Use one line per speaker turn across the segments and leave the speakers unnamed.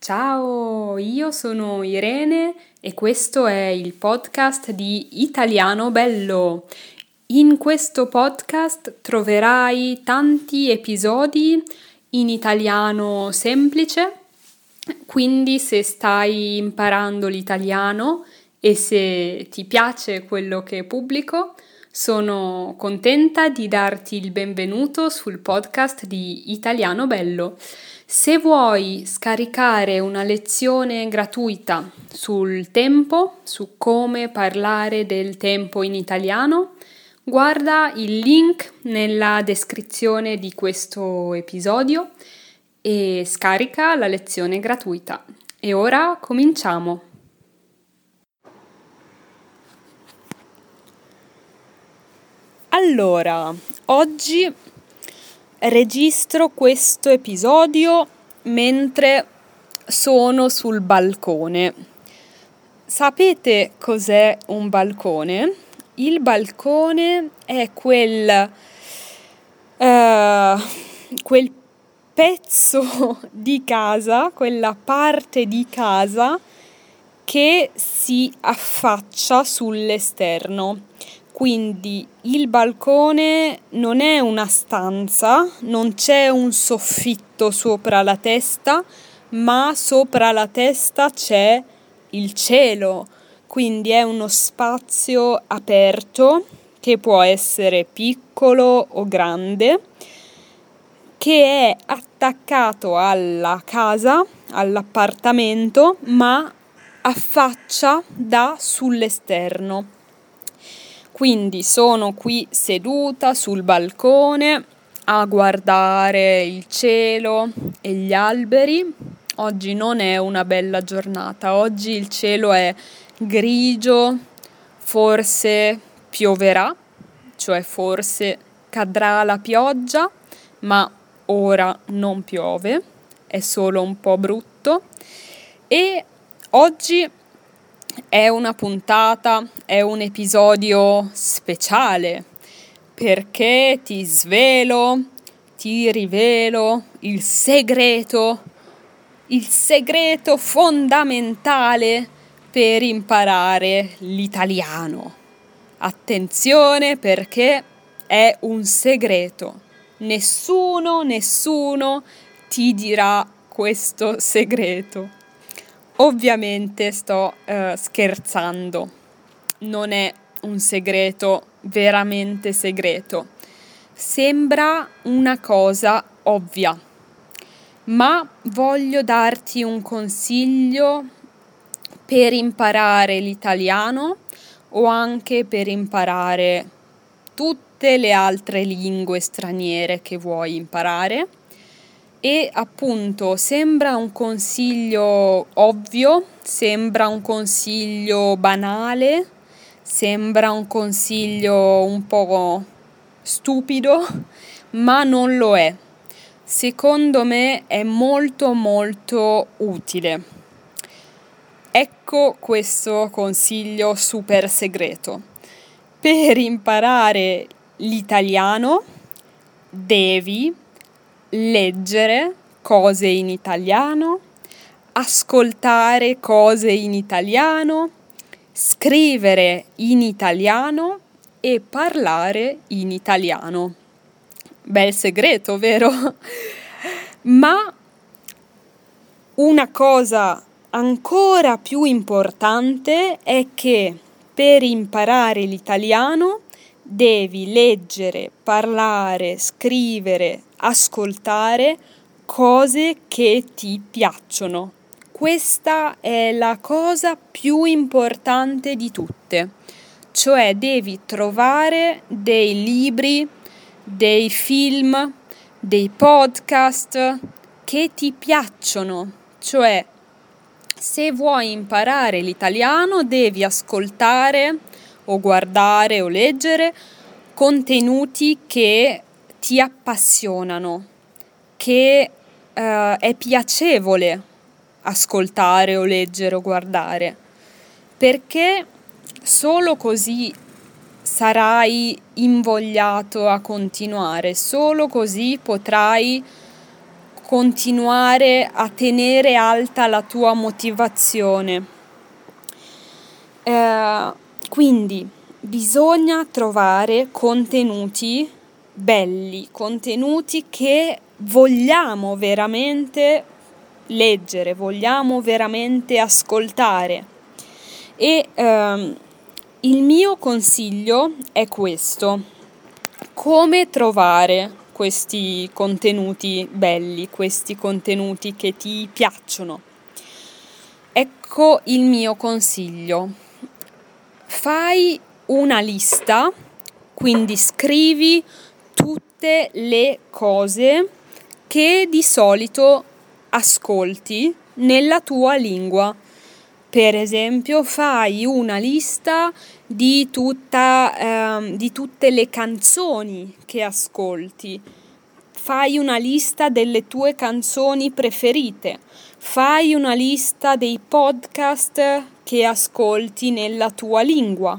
Ciao, io sono Irene e questo è il podcast di Italiano Bello. In questo podcast troverai tanti episodi in italiano semplice, quindi se stai imparando l'italiano e se ti piace quello che pubblico, sono contenta di darti il benvenuto sul podcast di Italiano Bello. Se vuoi scaricare una lezione gratuita sul tempo, su come parlare del tempo in italiano, guarda il link nella descrizione di questo episodio e scarica la lezione gratuita. E ora cominciamo! Allora, oggi registro questo episodio mentre sono sul balcone. Sapete cos'è un balcone? Il balcone è quel pezzo di casa, quella parte di casa che si affaccia sull'esterno. Quindi il balcone non è una stanza, non c'è un soffitto sopra la testa, ma sopra la testa c'è il cielo. Quindi è uno spazio aperto che può essere piccolo o grande, che è attaccato alla casa, all'appartamento, ma affaccia da sull'esterno. Quindi sono qui seduta sul balcone a guardare il cielo e gli alberi. Oggi non è una bella giornata, oggi il cielo è grigio, forse pioverà, cioè forse cadrà la pioggia, ma ora non piove, è solo un po' brutto. E oggi è una puntata, è un episodio speciale perché ti svelo, ti rivelo il segreto fondamentale per imparare l'italiano. Attenzione perché è un segreto. Nessuno ti dirà questo segreto. Ovviamente sto scherzando, non è un segreto veramente segreto. Sembra una cosa ovvia, ma voglio darti un consiglio per imparare l'italiano o anche per imparare tutte le altre lingue straniere che vuoi imparare. E appunto sembra un consiglio ovvio, sembra un consiglio banale, sembra un consiglio un po' stupido, ma non lo è. Secondo me è molto utile. Ecco questo consiglio super segreto. Per imparare l'italiano devi leggere cose in italiano, ascoltare cose in italiano, scrivere in italiano e parlare in italiano. Bel segreto, vero? Ma una cosa ancora più importante è che per imparare l'italiano devi leggere, parlare, scrivere, ascoltare cose che ti piacciono. Questa è la cosa più importante di tutte, cioè devi trovare dei libri, dei film, dei podcast che ti piacciono, cioè se vuoi imparare l'italiano devi ascoltare o guardare o leggere contenuti che ti appassionano, che è piacevole ascoltare o leggere o guardare, perché solo così sarai invogliato a continuare, solo così potrai continuare a tenere alta la tua motivazione. Quindi bisogna trovare contenuti belli, contenuti che vogliamo veramente leggere, vogliamo veramente ascoltare. E il mio consiglio è questo: come trovare questi contenuti belli, questi contenuti che ti piacciono. Ecco il mio consiglio: fai una lista, quindi scrivi tutte le cose che di solito ascolti nella tua lingua. Per esempio, fai una lista di tutte le canzoni che ascolti. Fai una lista delle tue canzoni preferite. Fai una lista dei podcast che ascolti nella tua lingua.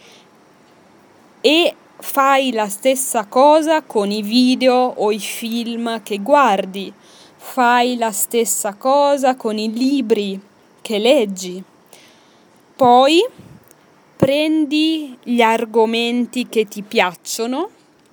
E fai la stessa cosa con i video o i film che guardi. Fai la stessa cosa con i libri che leggi. Poi prendi gli argomenti che ti piacciono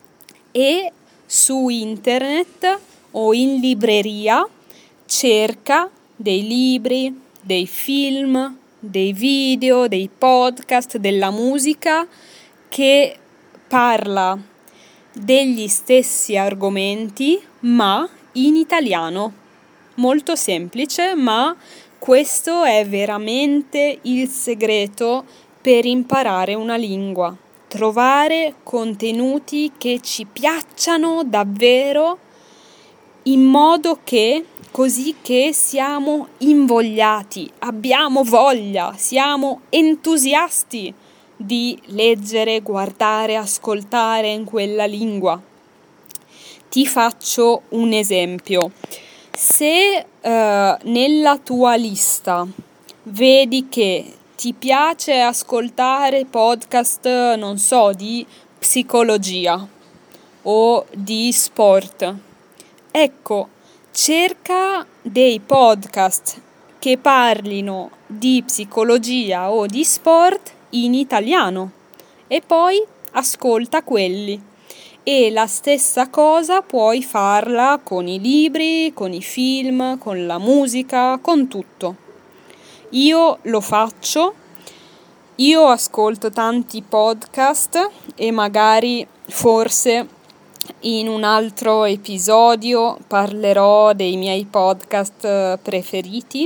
e su internet o in libreria cerca dei libri, dei film, dei video, dei podcast, della musica che parla degli stessi argomenti ma in italiano. Molto semplice, ma questo è veramente il segreto per imparare una lingua. Trovare contenuti che ci piacciono davvero, in modo che così che siamo invogliati, abbiamo voglia, siamo entusiasti di leggere, guardare, ascoltare in quella lingua. Ti faccio un esempio. Se nella tua lista vedi che ti piace ascoltare podcast, non so, di psicologia o di sport, ecco, cerca dei podcast che parlino di psicologia o di sport in italiano e poi ascolta quelli. E la stessa cosa puoi farla con i libri, con i film, con la musica, con tutto. Io lo faccio, io ascolto tanti podcast e magari forse in un altro episodio parlerò dei miei podcast preferiti,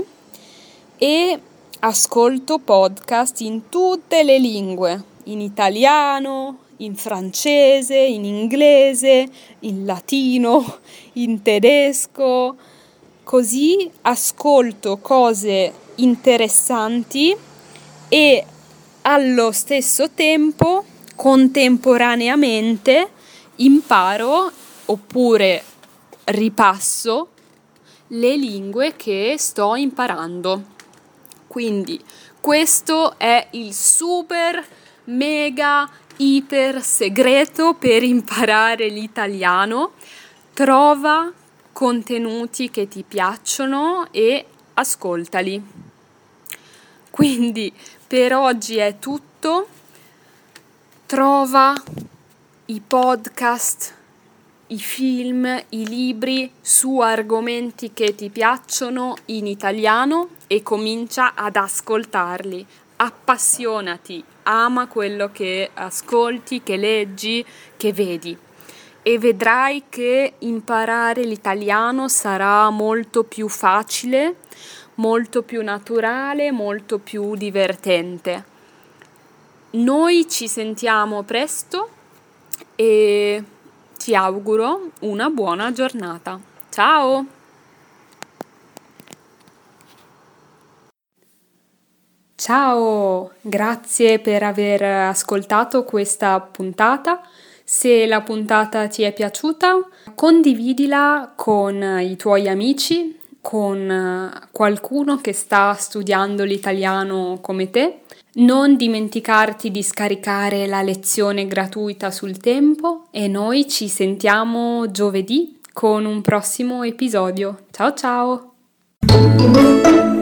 e ascolto podcast in tutte le lingue, in italiano, in francese, in inglese, in latino, in tedesco. Così ascolto cose interessanti e allo stesso tempo, contemporaneamente, imparo oppure ripasso le lingue che sto imparando. Quindi questo è il super mega iper segreto per imparare l'italiano. Trova contenuti che ti piacciono e ascoltali. Quindi per oggi è tutto. Trova i podcast, i film, i libri su argomenti che ti piacciono in italiano e comincia ad ascoltarli. Appassionati, ama quello che ascolti, che leggi, che vedi, e vedrai che imparare l'italiano sarà molto più facile, molto più naturale, molto più divertente. Noi ci sentiamo presto e ti auguro una buona giornata. Ciao! Ciao, grazie per aver ascoltato questa puntata. Se la puntata ti è piaciuta, condividila con i tuoi amici, con qualcuno che sta studiando l'italiano come te. Non dimenticarti di scaricare la lezione gratuita sul tempo e noi ci sentiamo giovedì con un prossimo episodio. Ciao ciao!